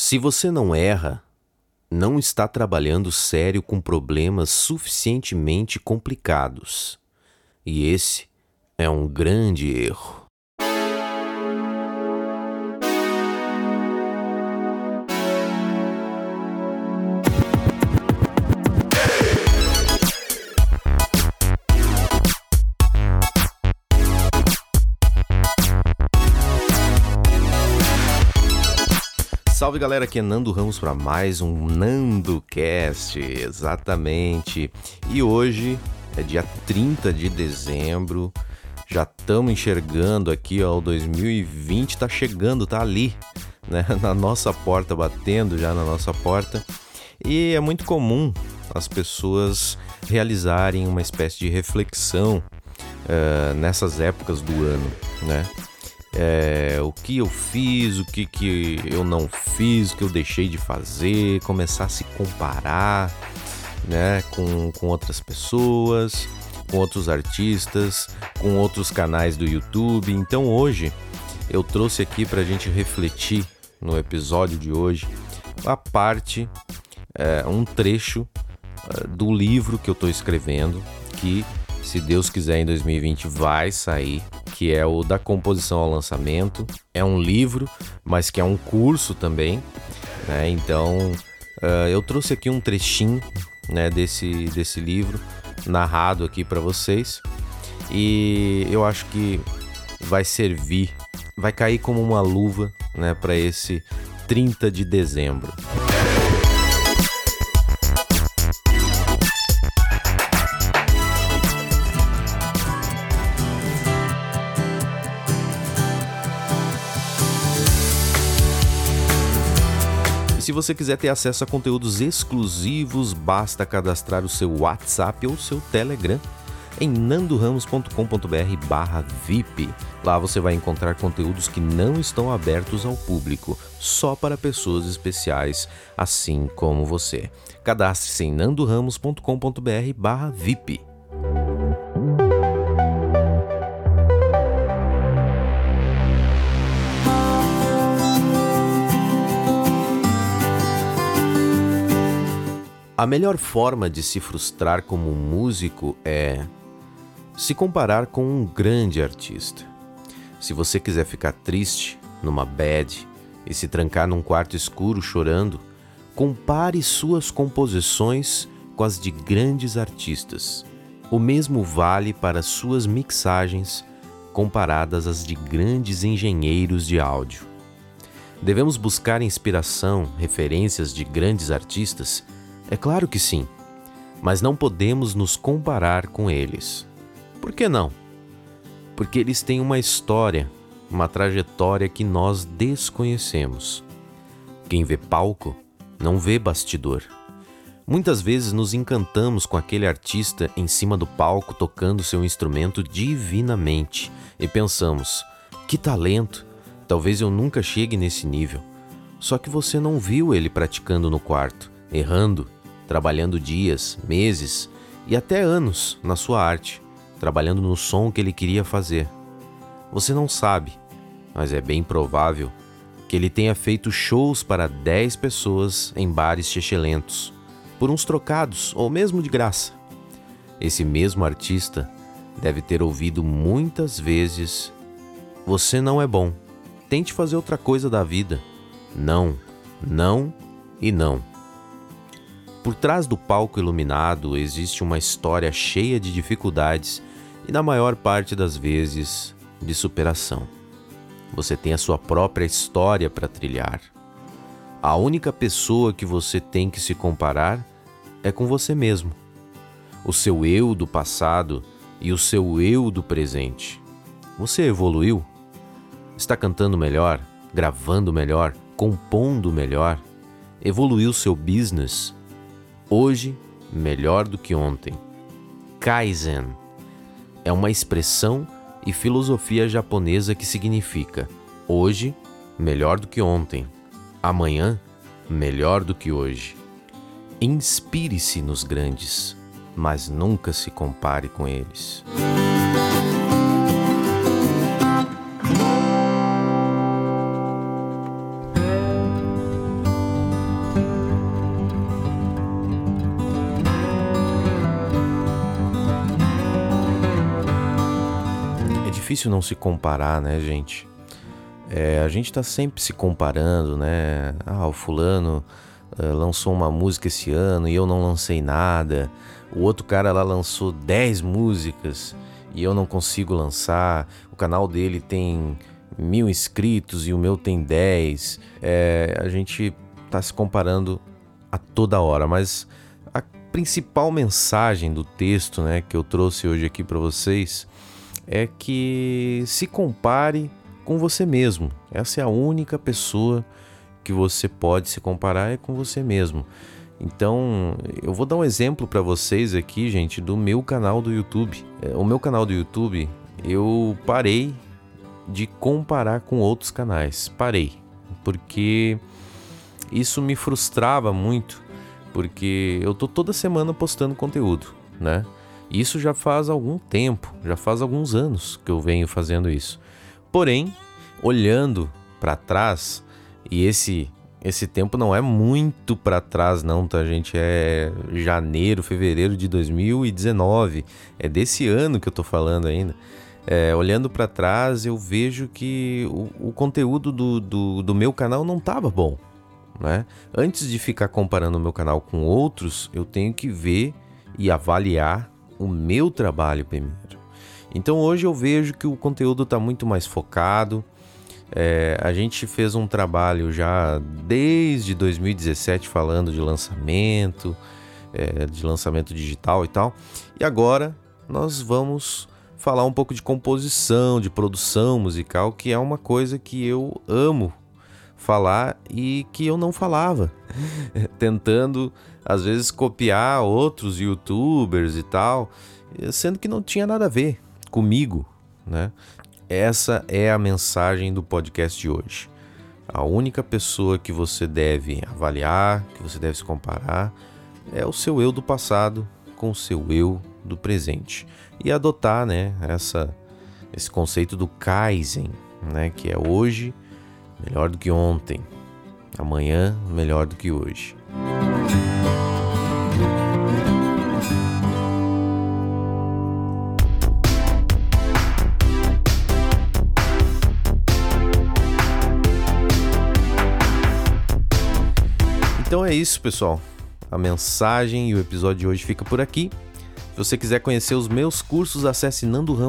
Se você não erra, não está trabalhando sério com problemas suficientemente complicados. E esse é um grande erro. Salve galera, aqui é Nando Ramos para mais um NandoCast, exatamente. E hoje é dia 30 de dezembro, já estamos enxergando aqui, ó, o 2020 tá chegando, tá ali, né, na nossa porta, batendo já na nossa porta. E é muito comum as pessoas realizarem uma espécie de reflexão nessas épocas do ano, né? O que eu fiz, o que eu não fiz, o que eu deixei de fazer, começar a se comparar, né, com outras pessoas, com outros artistas, com outros canais do YouTube. Então hoje eu trouxe aqui para a gente refletir no episódio de hoje a parte, um trecho do livro que eu estou escrevendo, que se Deus quiser em 2020 vai sair, que é o Da Composição ao Lançamento. É um livro, mas que é um curso também, né? Então, eu trouxe aqui um trechinho, né, desse livro, narrado aqui para vocês. E eu acho que vai servir, vai cair como uma luva, né, para esse 30 de dezembro. Se você quiser ter acesso a conteúdos exclusivos, basta cadastrar o seu WhatsApp ou seu Telegram em nandoramos.com.br/VIP. Lá você vai encontrar conteúdos que não estão abertos ao público, só para pessoas especiais, assim como você. Cadastre-se em nandoramos.com.br/VIP. A melhor forma de se frustrar como músico é se comparar com um grande artista. Se você quiser ficar triste, numa bad, e se trancar num quarto escuro chorando, compare suas composições com as de grandes artistas. O mesmo vale para suas mixagens comparadas às de grandes engenheiros de áudio. Devemos buscar inspiração, referências de grandes artistas? É claro que sim, mas não podemos nos comparar com eles. Por que não? Porque eles têm uma história, uma trajetória que nós desconhecemos. Quem vê palco, não vê bastidor. Muitas vezes nos encantamos com aquele artista em cima do palco tocando seu instrumento divinamente e pensamos, que talento, talvez eu nunca chegue nesse nível. Só que você não viu ele praticando no quarto, errando, trabalhando dias, meses e até anos na sua arte, trabalhando no som que ele queria fazer. Você não sabe, mas é bem provável que ele tenha feito shows para 10 pessoas em bares chechelentos, por uns trocados ou mesmo de graça. Esse mesmo artista deve ter ouvido muitas vezes: você não é bom, tente fazer outra coisa da vida. Não, não e não. Por trás do palco iluminado existe uma história cheia de dificuldades e, na maior parte das vezes, de superação. Você tem a sua própria história para trilhar. A única pessoa que você tem que se comparar é com você mesmo. O seu eu do passado e o seu eu do presente. Você evoluiu? Está cantando melhor, gravando melhor, compondo melhor? Evoluiu seu business? Hoje, melhor do que ontem. Kaizen é uma expressão e filosofia japonesa que significa hoje, melhor do que ontem. Amanhã, melhor do que hoje. Inspire-se nos grandes, mas nunca se compare com eles. difícil não se comparar, né, gente? A gente tá sempre se comparando, né? O fulano lançou uma música esse ano e eu não lancei nada. O outro cara lá lançou 10 músicas e eu não consigo lançar. O canal dele tem 1000 inscritos e o meu tem 10. A gente tá se comparando a toda hora, mas a principal mensagem do texto, né, que eu trouxe hoje aqui para vocês é que se compare com você mesmo. Essa é a única pessoa que você pode se comparar, é com você mesmo. Então, eu vou dar um exemplo para vocês aqui, gente, do meu canal do YouTube. O meu canal do YouTube, eu parei de comparar com outros canais. Parei, porque isso me frustrava muito, porque eu tô toda semana postando conteúdo, né? Isso já faz algum tempo, já faz alguns anos que eu venho fazendo isso. Porém, olhando para trás, e esse tempo não é muito para trás não, tá, gente? É janeiro, fevereiro de 2019, é desse ano que eu tô falando ainda. Olhando para trás, eu vejo que o conteúdo do meu canal não tava bom, né? Antes de ficar comparando o meu canal com outros, eu tenho que ver e avaliar o meu trabalho primeiro. Então hoje eu vejo que o conteúdo está muito mais focado. A gente fez um trabalho já desde 2017 falando de lançamento digital e tal. E agora nós vamos falar um pouco de composição, de produção musical, que é uma coisa que eu amo falar e que eu não falava, tentando às vezes copiar outros youtubers e tal, sendo que não tinha nada a ver comigo, né? Essa é a mensagem do podcast de hoje. A única pessoa que você deve avaliar, que você deve se comparar, é o seu eu do passado com o seu eu do presente. E adotar, né, esse conceito do Kaizen, né, que é hoje melhor do que ontem, amanhã melhor do que hoje. Então é isso, pessoal. A mensagem e o episódio de hoje fica por aqui. Se você quiser conhecer os meus cursos, acesse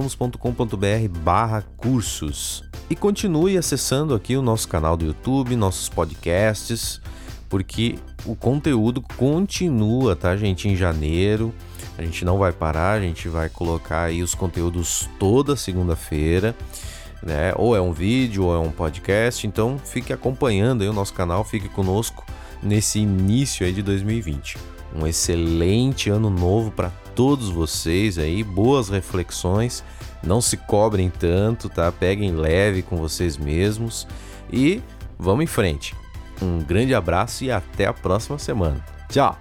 nandoramos.com.br/cursos. E continue acessando aqui o nosso canal do YouTube, nossos podcasts, porque o conteúdo continua, tá, gente? Em janeiro, a gente não vai parar, a gente vai colocar aí os conteúdos toda segunda-feira, né? Ou é um vídeo, ou é um podcast, então fique acompanhando aí o nosso canal, fique conosco nesse início aí de 2020. Um excelente ano novo para todos vocês aí, boas reflexões, não se cobrem tanto, tá? Peguem leve com vocês mesmos e vamos em frente. Um grande abraço e até a próxima semana. Tchau!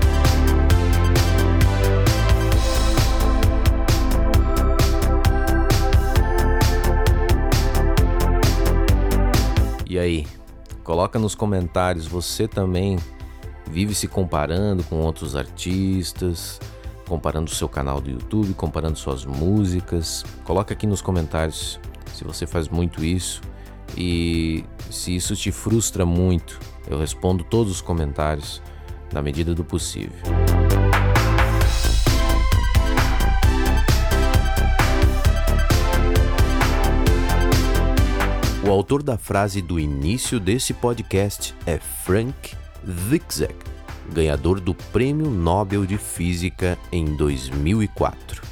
E aí, coloca nos comentários, você também vive se comparando com outros artistas, comparando o seu canal do YouTube, comparando suas músicas? Coloca aqui nos comentários se você faz muito isso e se isso te frustra muito. Eu respondo todos os comentários na medida do possível. O autor da frase do início desse podcast é Frank Zizek, ganhador do Prêmio Nobel de Física em 2004.